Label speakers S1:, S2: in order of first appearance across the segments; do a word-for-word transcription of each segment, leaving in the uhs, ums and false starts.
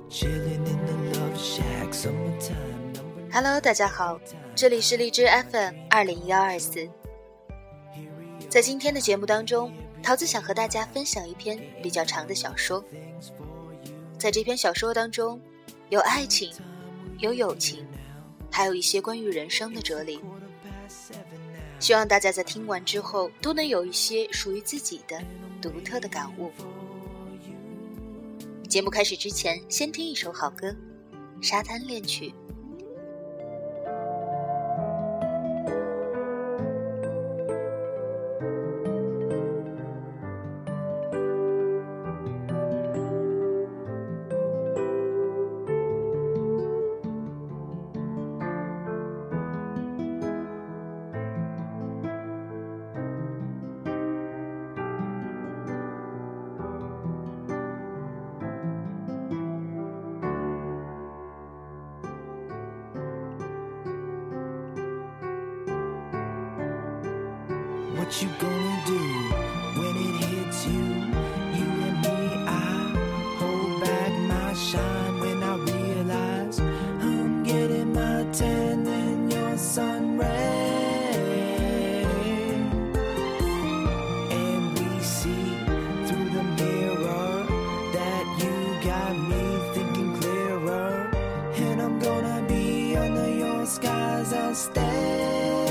S1: Hello， 大家好，这里是荔枝 F M 二零一二四。在今天的节目当中，桃子想和大家分享一篇比较长的小说。在这篇小说当中，有爱情，有友情，还有一些关于人生的哲理。希望大家在听完之后都能有一些属于自己的独特的感悟。节目开始之前，先听一首好歌，《沙滩恋曲》。
S2: What you gonna do when it hits you? You and me, I hold back my shine when I realize I'm getting my tan in your sun red. And we see through the mirror that you got me thinking clearer. And I'm gonna be under your skies, I'll stay.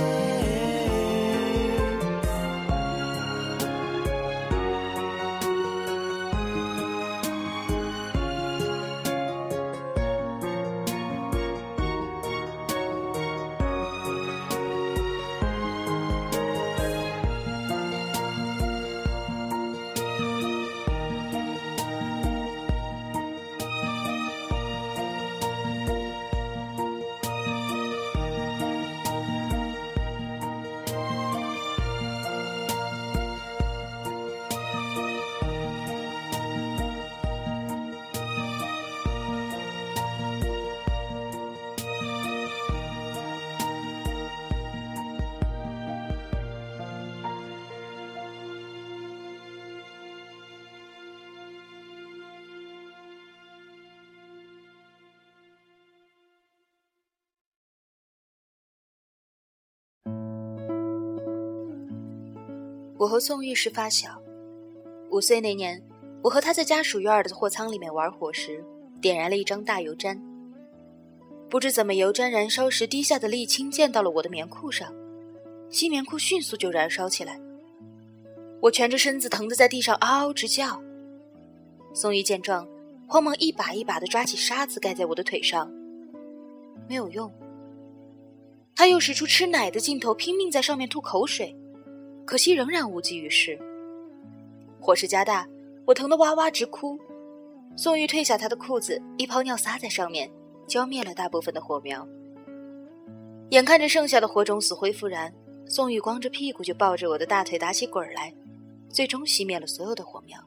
S1: 我和宋玉是发小，五岁那年，我和他在家属院的货仓里面玩火时，点燃了一张大油毡。不知怎么油毡燃烧时滴下的沥青溅到了我的棉裤上，新棉裤迅速就燃烧起来，我蜷着身子疼得在地上嗷嗷直叫。宋玉见状，慌忙一把一把地抓起沙子盖在我的腿上，没有用。他又使出吃奶的劲头，拼命在上面吐口水，可惜仍然无济于事。火势加大，我疼得哇哇直哭。宋玉褪下他的裤子，一泡尿撒在上面，浇灭了大部分的火苗。眼看着剩下的火种死灰复燃，宋玉光着屁股就抱着我的大腿打起滚来，最终熄灭了所有的火苗。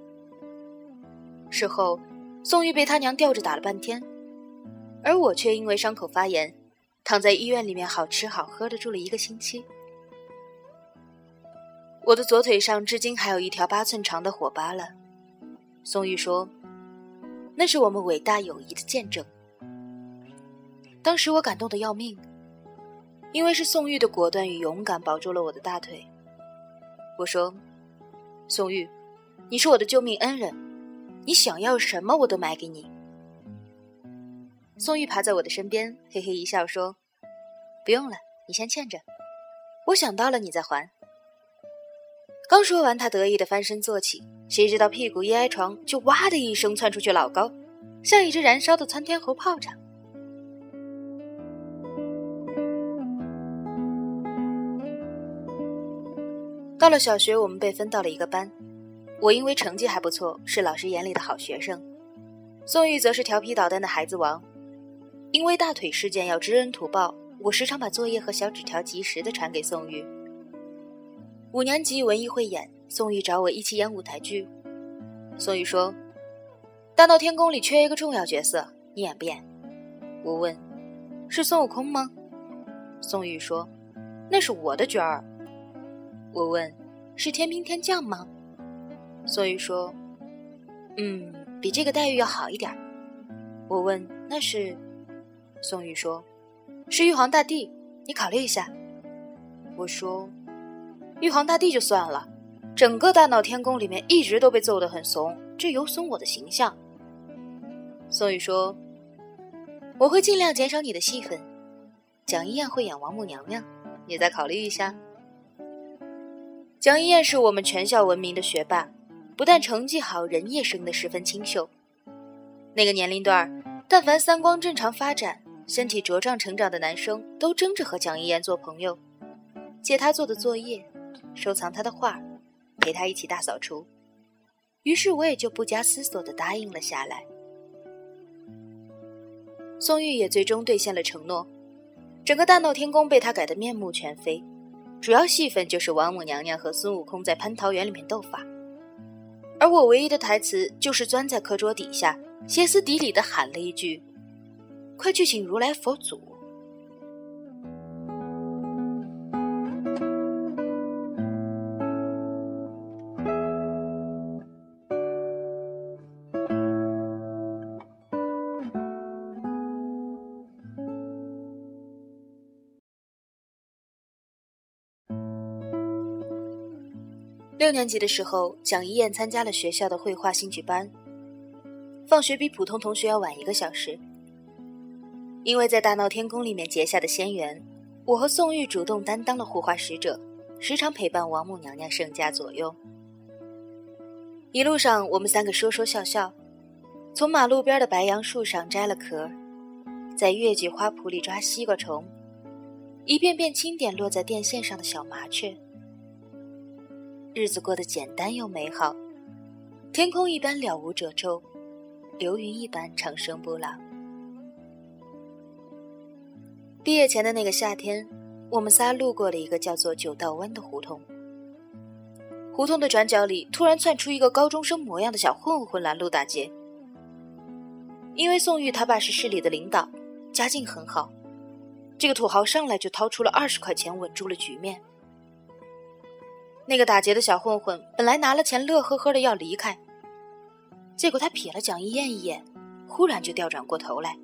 S1: 事后，宋玉被他娘吊着打了半天，而我却因为伤口发炎，躺在医院里面好吃好喝的住了一个星期。我的左腿上至今还有一条八寸长的火疤了。宋玉说，那是我们伟大友谊的见证。当时我感动得要命，因为是宋玉的果断与勇敢保住了我的大腿。我说，宋玉，你是我的救命恩人，你想要什么我都买给你。宋玉爬在我的身边，嘿嘿一笑说，不用了，你先欠着，我想到了你再还。刚说完，他得意地翻身坐起，谁知道屁股一挨床，就哇的一声窜出去老高，像一只燃烧的窜天猴炮仗。到了小学，我们被分到了一个班，我因为成绩还不错，是老师眼里的好学生，宋玉则是调皮捣蛋的孩子王。因为大腿事件要知恩图报，我时常把作业和小纸条及时地传给宋玉。五年级文艺汇演，宋玉找我一起演舞台剧。宋玉说，大闹天宫里缺一个重要角色，你演不演？我问，是孙悟空吗？宋玉说，那是我的角儿。我问，是天兵天将吗？宋玉说，嗯，比这个待遇要好一点。 我问那是，宋玉说是玉皇大帝，你考虑一下。我说玉皇大帝就算了，整个大闹天宫里面一直都被揍得很怂，这有损我的形象。宋玉说我会尽量减少你的戏份，蒋一燕会演王母娘娘，你再考虑一下。蒋一燕是我们全校闻名的学霸，不但成绩好，人也生得十分清秀。那个年龄段，但凡三观正常发展，身体茁壮成长的男生都争着和蒋一燕做朋友，借他做的作业，收藏他的画，陪他一起大扫除。于是我也就不加思索地答应了下来。宋玉也最终兑现了承诺，整个大闹天宫被他改得面目全非，主要戏份就是王母娘娘和孙悟空在蟠桃园里面斗法，而我唯一的台词就是钻在课桌底下，歇斯底里地喊了一句：快去请如来佛祖。六年级的时候，蒋一燕参加了学校的绘画兴趣班，放学比普通同学要晚一个小时。因为在大闹天宫里面结下的仙缘，我和宋玉主动担当了护画使者，时常陪伴王母娘娘圣驾左右。一路上我们三个说说笑笑，从马路边的白杨树上摘了壳，在月季花圃里抓西瓜虫，一片片轻点落在电线上的小麻雀。日子过得简单又美好，天空一般了无褶皱，流云一般长生不老。毕业前的那个夏天，我们仨路过了一个叫做九道湾的胡同。胡同的转角里突然窜出一个高中生模样的小混混拦路打劫。因为宋玉他爸是市里的领导，家境很好，这个土豪上来就掏出了二十块钱稳住了局面。那个打劫的小混混本来拿了钱乐呵呵的要离开，结果他瞥了蒋一燕一眼，忽然就调转过头来。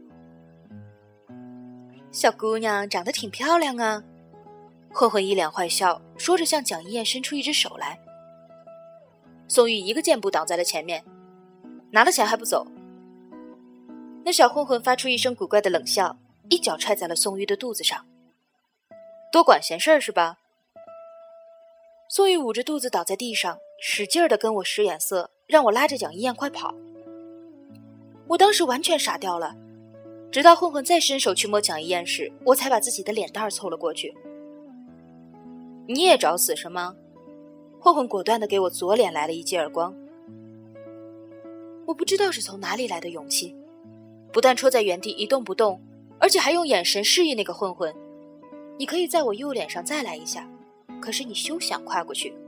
S1: 小姑娘长得挺漂亮啊，混混一脸坏笑，说着向蒋一燕伸出一只手来。宋玉一个箭步挡在了前面，拿了钱还不走。那小混混发出一声古怪的冷笑，一脚踹在了宋玉的肚子上。多管闲事儿是吧？宋玉捂着肚子倒在地上，使劲地跟我使眼色，让我拉着蒋一燕快跑。我当时完全傻掉了，直到混混再伸手去摸蒋一燕时，我才把自己的脸蛋凑了过去。你也找死是吗？混混果断地给我左脸来了一记耳光。我不知道是从哪里来的勇气，不但戳在原地一动不动，而且还用眼神示意那个混混，你可以在我右脸上再来一下，可是你休想跨过去。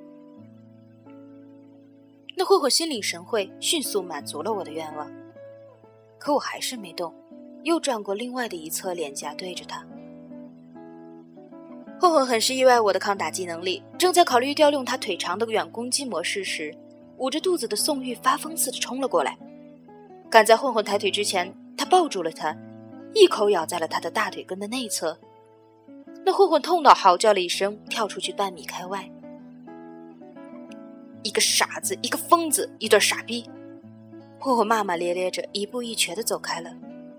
S1: 那混混心领神会，迅速满足了我的愿望，可我还是没动，又转过另外的一侧脸颊对着他。混混很是意外我的抗打击能力，正在考虑调用他腿长的远攻击模式时，捂着肚子的宋玉发疯似的冲了过来。赶在混混抬腿之前，他抱住了他，一口咬在了他的大腿根的内侧。那混混痛到嚎叫了一声，跳出去半米开外。一个傻子，一个疯子，一对傻逼！混混骂骂咧咧着，一步一瘸地走开了。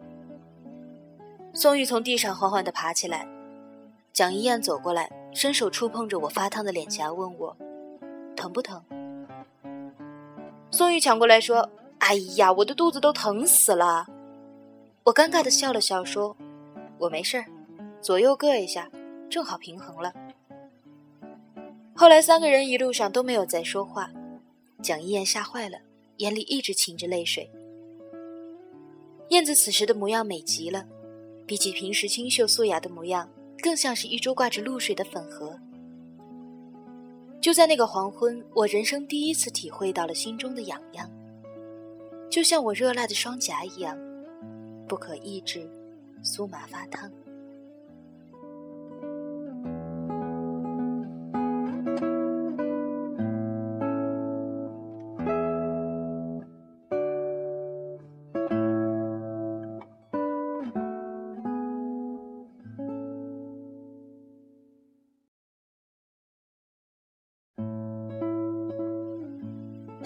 S1: 宋玉从地上缓缓地爬起来，蒋一燕走过来，伸手触碰着我发烫的脸颊，问我疼不疼。宋玉抢过来说：哎呀，我的肚子都疼死了。我尴尬地笑了笑说：我没事儿，左右各一下，正好平衡了。后来三个人一路上都没有再说话，蒋一燕吓坏了，眼里一直噙着泪水。燕子此时的模样美极了，比起平时清秀素雅的模样，更像是一株挂着露水的粉荷。就在那个黄昏，我人生第一次体会到了心中的痒痒，就像我热辣的双颊一样，不可抑制，酥麻发烫。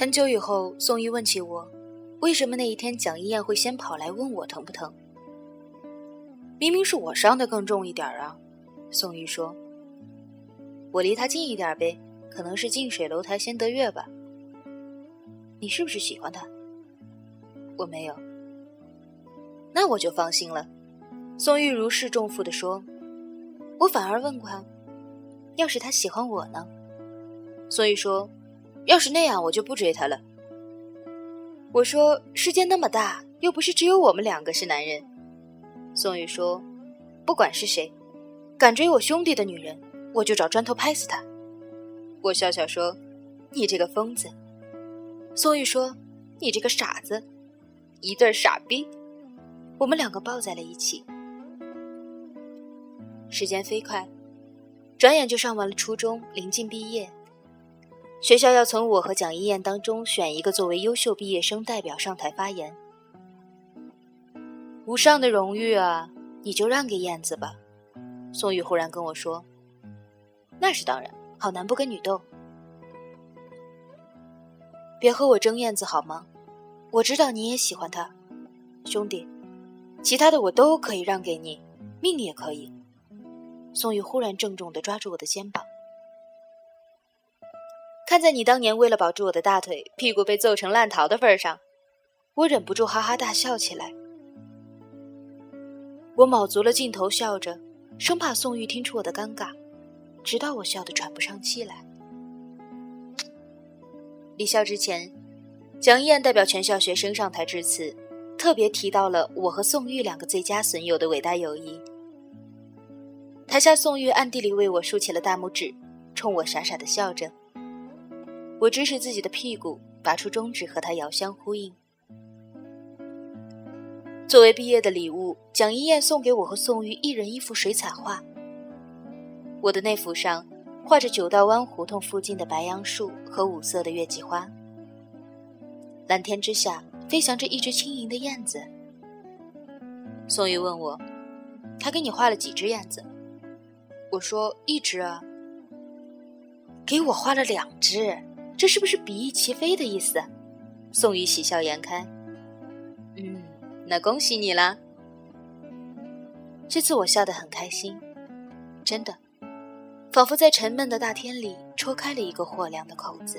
S1: 很久以后，宋玉问起我，为什么那一天蒋一燕会先跑来问我疼不疼。明明是我伤得更重一点啊，宋玉说。我离他近一点呗，可能是近水楼台先得月吧。你是不是喜欢他？我没有。那我就放心了。宋玉如释重负地说。我反而问过他，要是他喜欢我呢？宋玉说，要是那样我就不追他了。我说，世界那么大，又不是只有我们两个是男人。宋玉说，不管是谁，敢追我兄弟的女人，我就找砖头拍死他。我笑笑说，你这个疯子。宋玉说，你这个傻子，一对傻逼。我们两个抱在了一起。时间飞快，转眼就上完了初中，临近毕业。学校要从我和蒋一燕当中选一个作为优秀毕业生代表上台发言。无上的荣誉啊，你就让给燕子吧。宋玉忽然跟我说，那是当然，好男不跟女斗。别和我争燕子好吗？我知道你也喜欢她，兄弟，其他的我都可以让给你，命也可以。宋玉忽然郑重地抓住我的肩膀。看在你当年为了保住我的大腿，屁股被揍成烂桃的份上，我忍不住哈哈大笑起来。我卯足了劲头笑着，生怕宋玉听出我的尴尬，直到我笑得喘不上气来。离校之前，蒋一燕代表全校学生上台致辞，特别提到了我和宋玉两个最佳损友的伟大友谊。台下宋玉暗地里为我竖起了大拇指，冲我傻傻地笑着。我指使自己的屁股，拔出中指和他遥相呼应。作为毕业的礼物，蒋一燕送给我和宋玉一人一幅水彩画。我的那幅上画着九道湾胡同附近的白杨树和五色的月季花，蓝天之下飞翔着一只轻盈的燕子。宋玉问我，他给你画了几只燕子？我说一只啊。给我画了两只，这是不是比翼齐飞的意思？宋玉喜笑颜开。嗯，那恭喜你啦。这次我笑得很开心，真的，仿佛在沉闷的大天里戳开了一个豁亮的口子。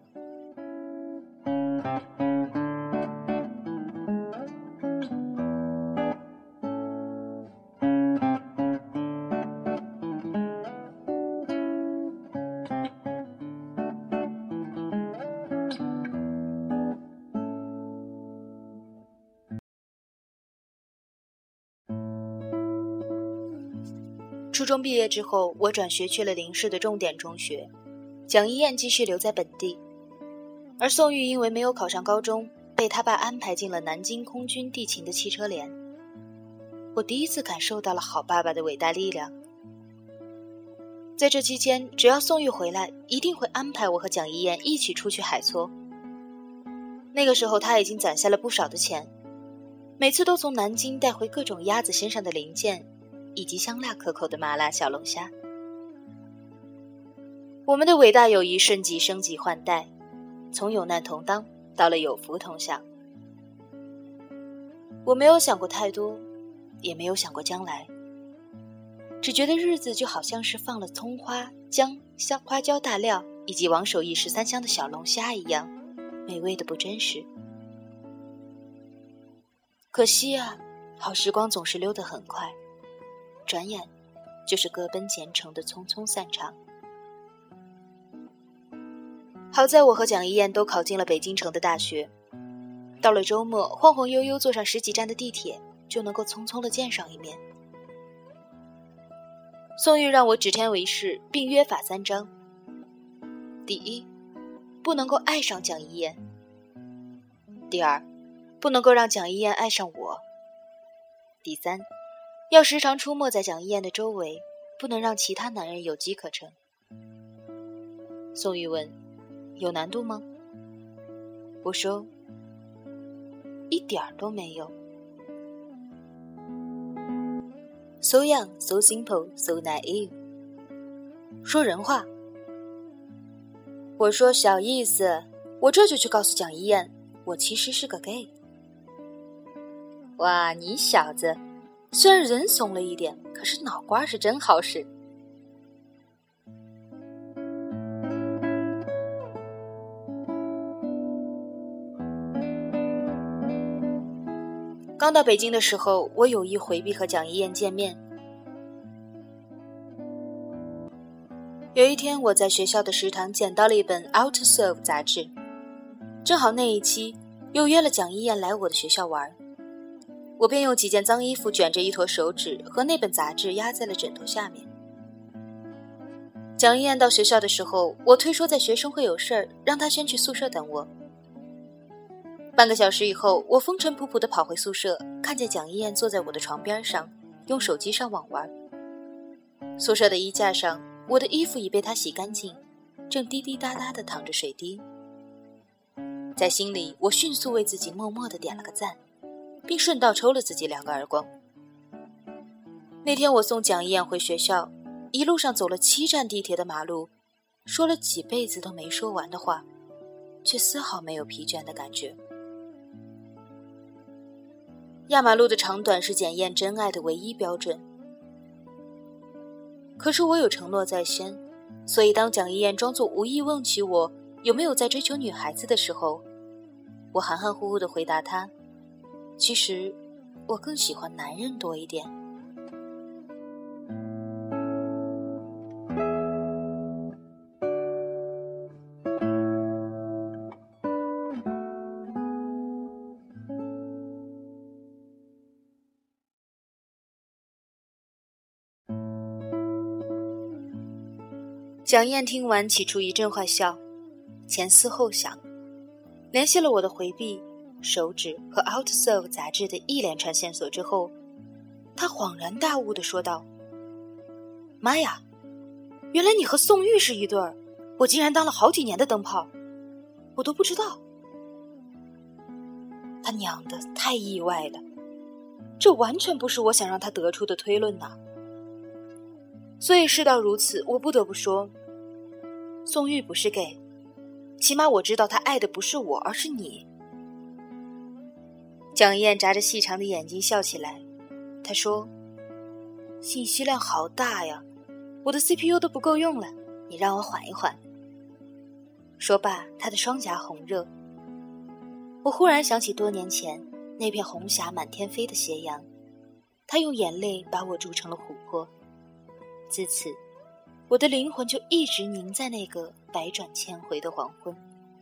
S1: 初中毕业之后，我转学去了邻市的重点中学，蒋一燕继续留在本地，而宋玉因为没有考上高中，被他爸安排进了南京空军地勤的汽车连。我第一次感受到了好爸爸的伟大力量。在这期间，只要宋玉回来，一定会安排我和蒋一燕一起出去海搓。那个时候他已经攒下了不少的钱，每次都从南京带回各种鸭子身上的零件以及香辣可口的麻辣小龙虾。我们的伟大友谊瞬即升级换代，从有难同当到了有福同享。我没有想过太多，也没有想过将来，只觉得日子就好像是放了葱花、姜、香花椒大料以及王守义十三香的小龙虾一样，美味的不真实。可惜啊，好时光总是溜得很快，转眼就是各奔前程的匆匆散场。好在我和蒋一燕都考进了北京城的大学，到了周末晃晃悠悠坐上十几站的地铁，就能够匆匆地见上一面。宋玉让我指天为誓，并约法三章：第一，不能够爱上蒋一燕；第二，不能够让蒋一燕爱上我；第三，要时常出没在蒋一燕的周围，不能让其他男人有机可乘。宋玉问，有难度吗？我说，一点儿都没有。So young, so simple, so naive。说人话。我说小意思， 我这就去告诉蒋一燕，我其实是个 gay。 哇，你小子虽然人怂了一点，可是脑瓜是真好使。刚到北京的时候，我有意回避和蒋一燕见面。有一天，我在学校的食堂捡到了一本《Out Serve》杂志，正好那一期又约了蒋一燕来我的学校玩，我便用几件脏衣服卷着一坨手指和那本杂志压在了枕头下面。蒋一燕到学校的时候，我推说在学生会有事儿，让她先去宿舍等我。半个小时以后，我风尘仆仆地跑回宿舍，看见蒋一燕坐在我的床边上，用手机上网玩。宿舍的衣架上，我的衣服已被她洗干净，正滴滴答答地淌着水滴。在心里，我迅速为自己默默地点了个赞，并顺道抽了自己两个耳光。那天我送蒋一燕回学校，一路上走了七站地铁的马路，说了几辈子都没说完的话，却丝毫没有疲倦的感觉。压马路的长短是检验真爱的唯一标准。可是我有承诺在先，所以当蒋一燕装作无意问起我有没有在追求女孩子的时候，我含含糊糊地回答她，其实我更喜欢男人多一点。蒋燕听完起初一阵坏笑，前思后想，联系了我的回避、手指和 Out Serve 杂志的一连串线索之后，她恍然大悟地说道：妈呀，原来你和宋玉是一对儿，我竟然当了好几年的灯泡，我都不知道。他娘的，太意外了，这完全不是我想让他得出的推论呐。所以事到如此，我不得不说，宋玉不是 gay， 起码我知道他爱的不是我，而是你。蒋一燕眨着细长的眼睛笑起来，她说：信息量好大呀，我的 C P U 都不够用了，你让我缓一缓。说罢，她的双颊红热。我忽然想起多年前那片红霞满天飞的斜阳，她用眼泪把我筑成了琥珀。自此，我的灵魂就一直凝在那个百转千回的黄昏。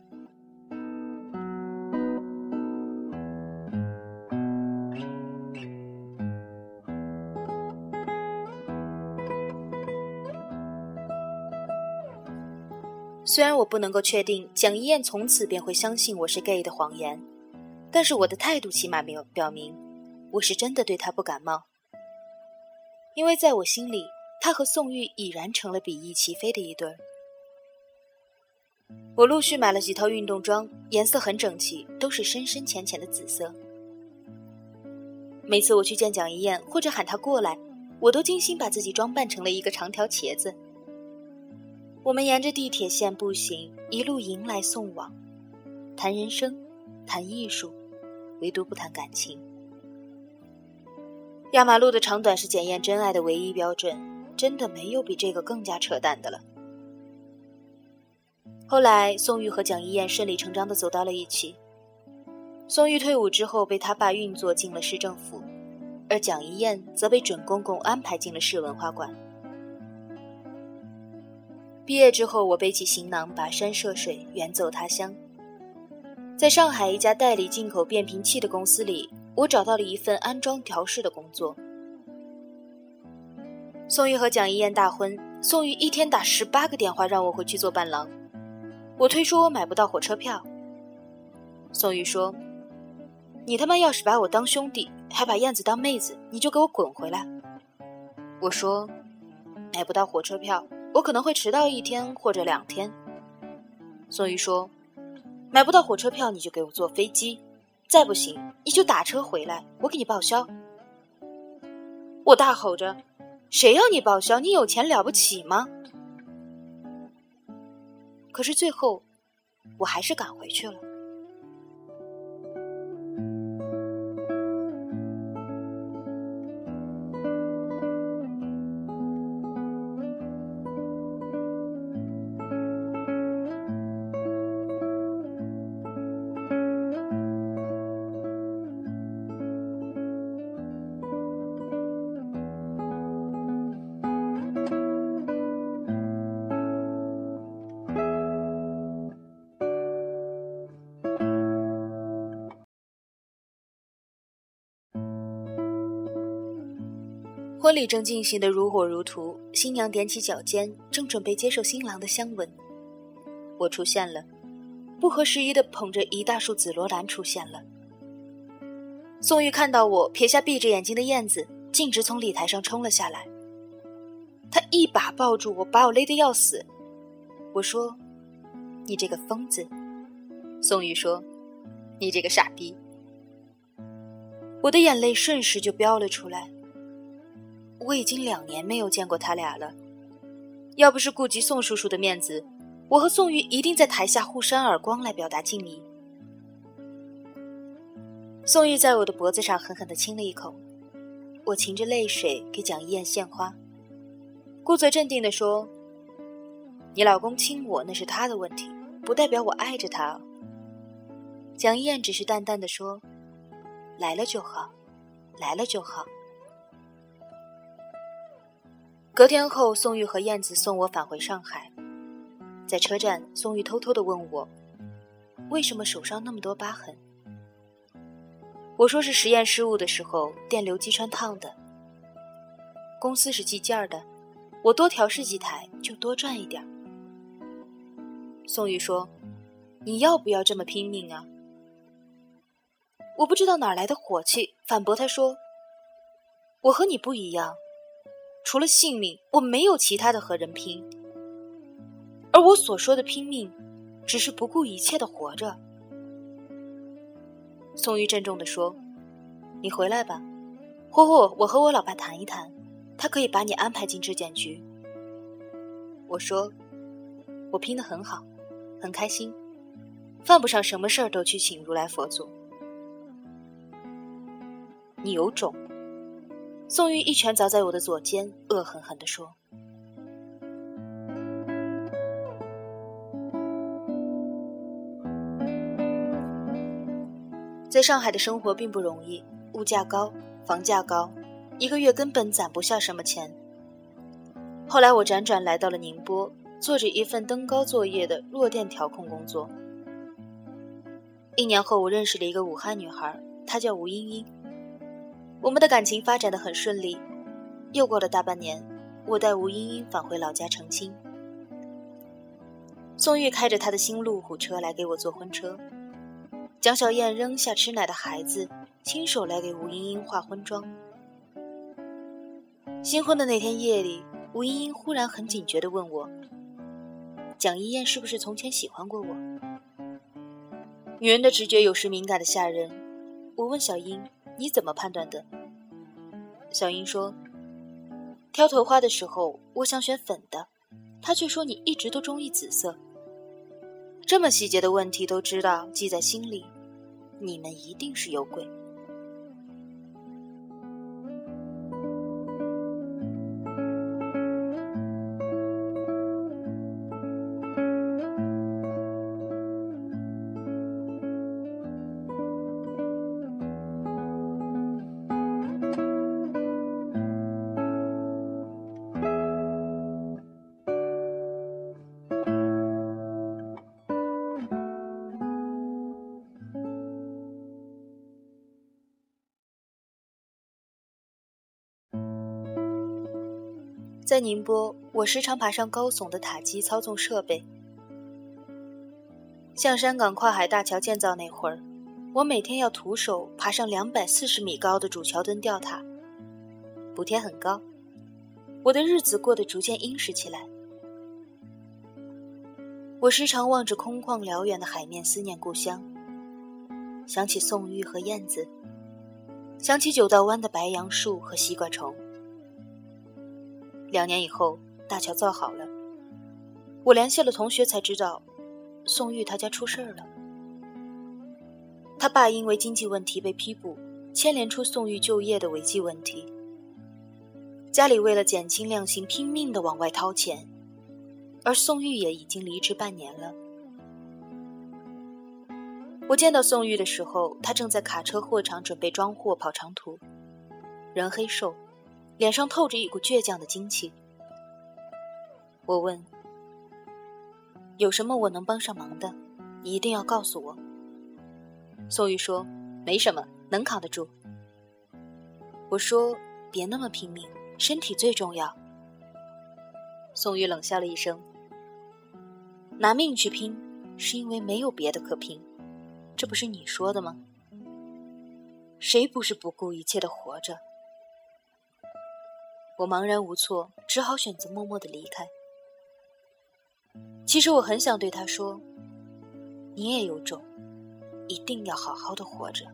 S1: 虽然我不能够确定蒋一燕从此便会相信我是 gay 的谎言，但是我的态度起码没有表明我是真的对她不感冒。因为在我心里，他和宋玉已然成了比翼齐飞的一对儿。我陆续买了几套运动装，颜色很整齐，都是深深浅浅的紫色。每次我去见蒋一燕或者喊她过来，我都精心把自己装扮成了一个长条茄子。我们沿着地铁线步行，一路迎来送往，谈人生，谈艺术，唯独不谈感情。压马路的长短是检验真爱的唯一标准，真的没有比这个更加扯淡的了。后来宋玉和蒋一燕顺理成章地走到了一起。宋玉退伍之后被他爸运作进了市政府，而蒋一燕则被准公公安排进了市文化馆。毕业之后，我背起行囊跋山涉水远走他乡。在上海一家代理进口变频器的公司里，我找到了一份安装调试的工作。宋玉和蒋一燕大婚，宋玉一天打十八个电话让我回去做伴郎。我推说我买不到火车票。宋玉说：你他妈要是把我当兄弟，还把燕子当妹子，你就给我滚回来。我说：买不到火车票，我可能会迟到一天或者两天。宋玉说：买不到火车票，你就给我坐飞机，再不行你就打车回来，我给你报销。我大吼着：谁要你报销？你有钱了不起吗？可是最后我还是赶回去了。婚礼正进行得如火如荼，新娘踮起脚尖，正准备接受新郎的香吻。我出现了，不合时宜地捧着一大束紫罗兰出现了。宋玉看到我，撇下闭着眼睛的燕子，径直从礼台上冲了下来。他一把抱住我，把我勒得要死。我说：“你这个疯子。”宋玉说：“你这个傻逼。”我的眼泪瞬时就飙了出来。我已经两年没有见过他俩了，要不是顾及宋叔叔的面子，我和宋玉一定在台下互扇耳光来表达敬意。宋玉在我的脖子上狠狠地亲了一口，我噙着泪水给蒋一燕献花。顾泽镇定地说：“你老公亲我那是他的问题，不代表我爱着他。”蒋一燕只是淡淡地说：“来了就好，来了就好。”隔天后，宋玉和燕子送我返回上海。在车站，宋玉偷偷地问我，为什么手上那么多疤痕？我说是实验失误的时候，电流击穿烫的。公司是计件的，我多调试几台就多赚一点。宋玉说：“你要不要这么拼命啊？”我不知道哪来的火气，反驳他说：“我和你不一样。除了性命，我没有其他的和人拼。而我所说的拼命，只是不顾一切的活着。”宋玉郑重地说：“你回来吧，霍霍，我和我老爸谈一谈，他可以把你安排进质检局。”我说：“我拼得很好，很开心，犯不上什么事儿都去请如来佛祖。”你有种！宋玉一拳凿在我的左肩，恶狠狠地说。在上海的生活并不容易，物价高，房价高，一个月根本攒不下什么钱。后来我辗转来到了宁波，做着一份登高作业的弱电调控工作。一年后，我认识了一个武汉女孩，她叫吴英英。我们的感情发展得很顺利，又过了大半年，我带吴英英返回老家成亲。宋玉开着他的新路虎车来给我做婚车，蒋小燕扔下吃奶的孩子，亲手来给吴英英化婚妆。新婚的那天夜里，吴英英忽然很警觉地问我，蒋一燕是不是从前喜欢过我？女人的直觉有时敏感得吓人。我问小英，你怎么判断的？小英说，挑头花的时候我想选粉的，她却说你一直都中意紫色。这么细节的问题都知道，记在心里，你们一定是有鬼。在宁波，我时常爬上高耸的塔基操纵设备。象山港跨海大桥建造那会儿，我每天要徒手爬上两百四十米高的主桥墩吊塔，补贴很高，我的日子过得逐渐殷实起来。我时常望着空旷辽远的海面思念故乡，想起宋玉和燕子，想起九道湾的白杨树和西瓜虫。两年以后，大桥造好了，我联系了同学才知道， 宋玉他家出事儿了。他爸因为经济问题被批捕，牵连出宋玉就业的危机问题。家里为了减轻量刑拼命地往外掏钱，而宋玉也已经离职半年了。我见到宋玉的时候，他正在卡车货场准备装货跑长途，人黑瘦，脸上透着一股倔强的精气。我问，有什么我能帮上忙的，你一定要告诉我。宋玉说，没什么，能扛得住。我说，别那么拼命，身体最重要。宋玉冷笑了一声，拿命去拼，是因为没有别的可拼，这不是你说的吗？谁不是不顾一切的活着？我茫然无措，只好选择默默地离开。其实我很想对他说，你也有种，一定要好好的活着。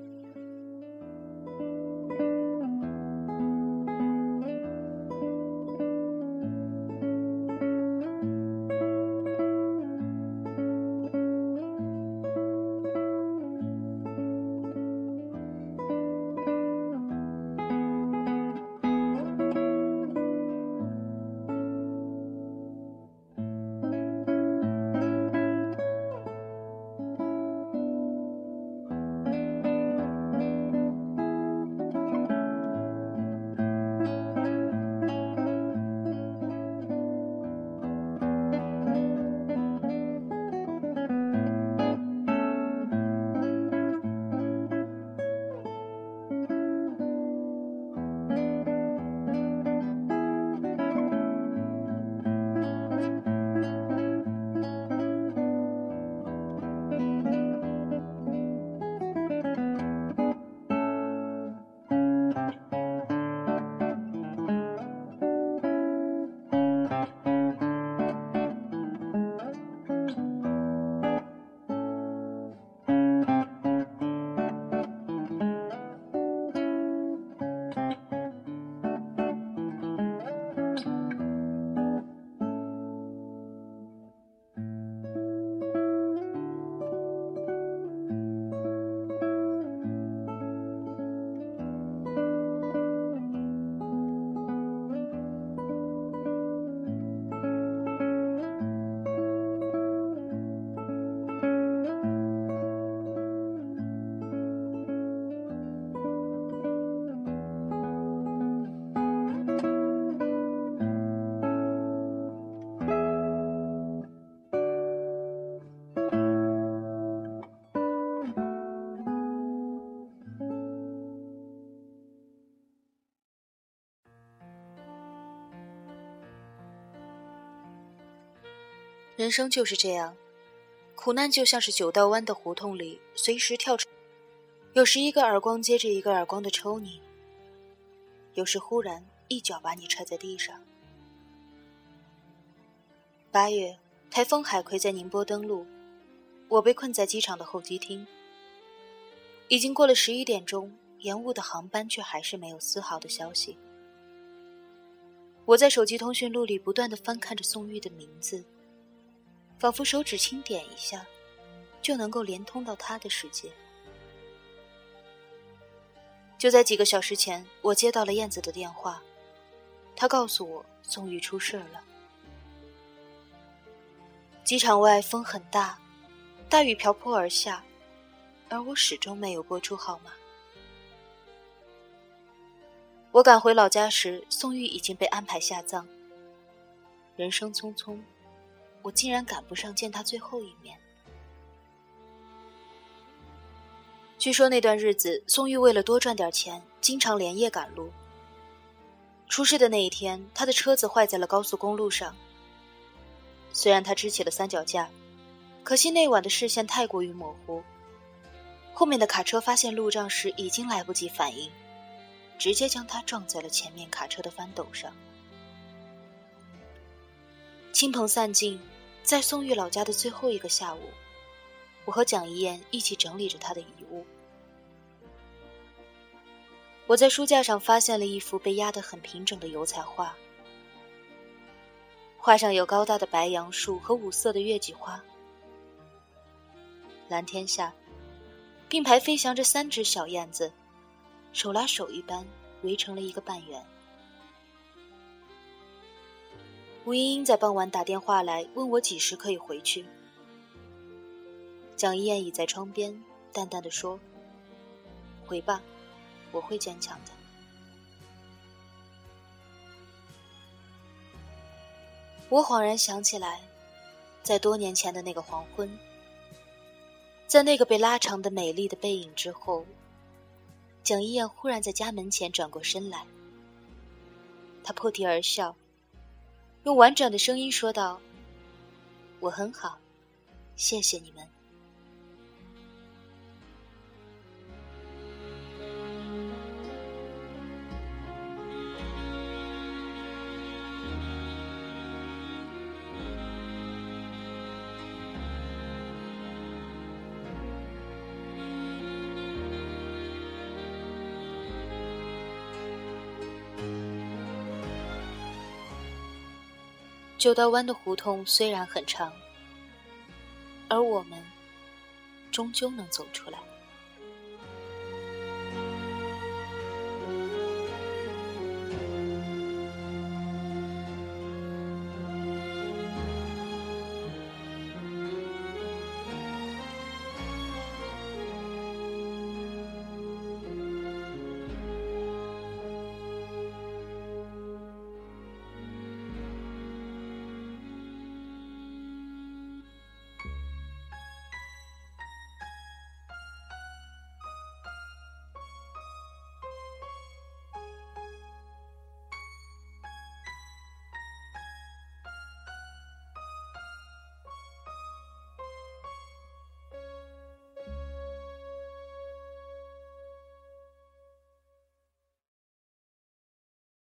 S1: 人生就是这样，苦难就像是九道弯的胡同里随时跳出，有时一个耳光接着一个耳光的抽你，有时忽然一脚把你踹在地上。八月，台风海葵在宁波登陆，我被困在机场的候机厅。已经过了十一点钟，延误的航班却还是没有丝毫的消息。我在手机通讯录里不断地翻看着宋玉的名字，仿佛手指轻点一下，就能够连通到他的世界。就在几个小时前，我接到了燕子的电话，她告诉我宋玉出事了。机场外风很大，大雨瓢泼而下，而我始终没有拨出号码。我赶回老家时，宋玉已经被安排下葬。人生匆匆，我竟然赶不上见他最后一面。据说那段日子，宋玉为了多赚点钱，经常连夜赶路。出事的那一天，他的车子坏在了高速公路上。虽然他支起了三脚架，可惜那晚的视线太过于模糊，后面的卡车发现路障时已经来不及反应，直接将他撞在了前面卡车的翻斗上。亲朋散尽，在宋玉老家的最后一个下午，我和蒋一燕一起整理着他的遗物。我在书架上发现了一幅被压得很平整的油彩画，画上有高大的白杨树和五色的月季花， 蓝天下，并排飞翔着三只小燕子，手拉手一般围成了一个半圆。吴英英在傍晚打电话来问我几时可以回去。蒋一燕倚在窗边淡淡地说，回吧，我会坚强的。我恍然想起来，在多年前的那个黄昏，在那个被拉长的美丽的背影之后，蒋一燕忽然在家门前转过身来，她破涕而笑，用婉转的声音说道，我很好，谢谢你们。九道湾的胡同虽然很长，而我们终究能走出来。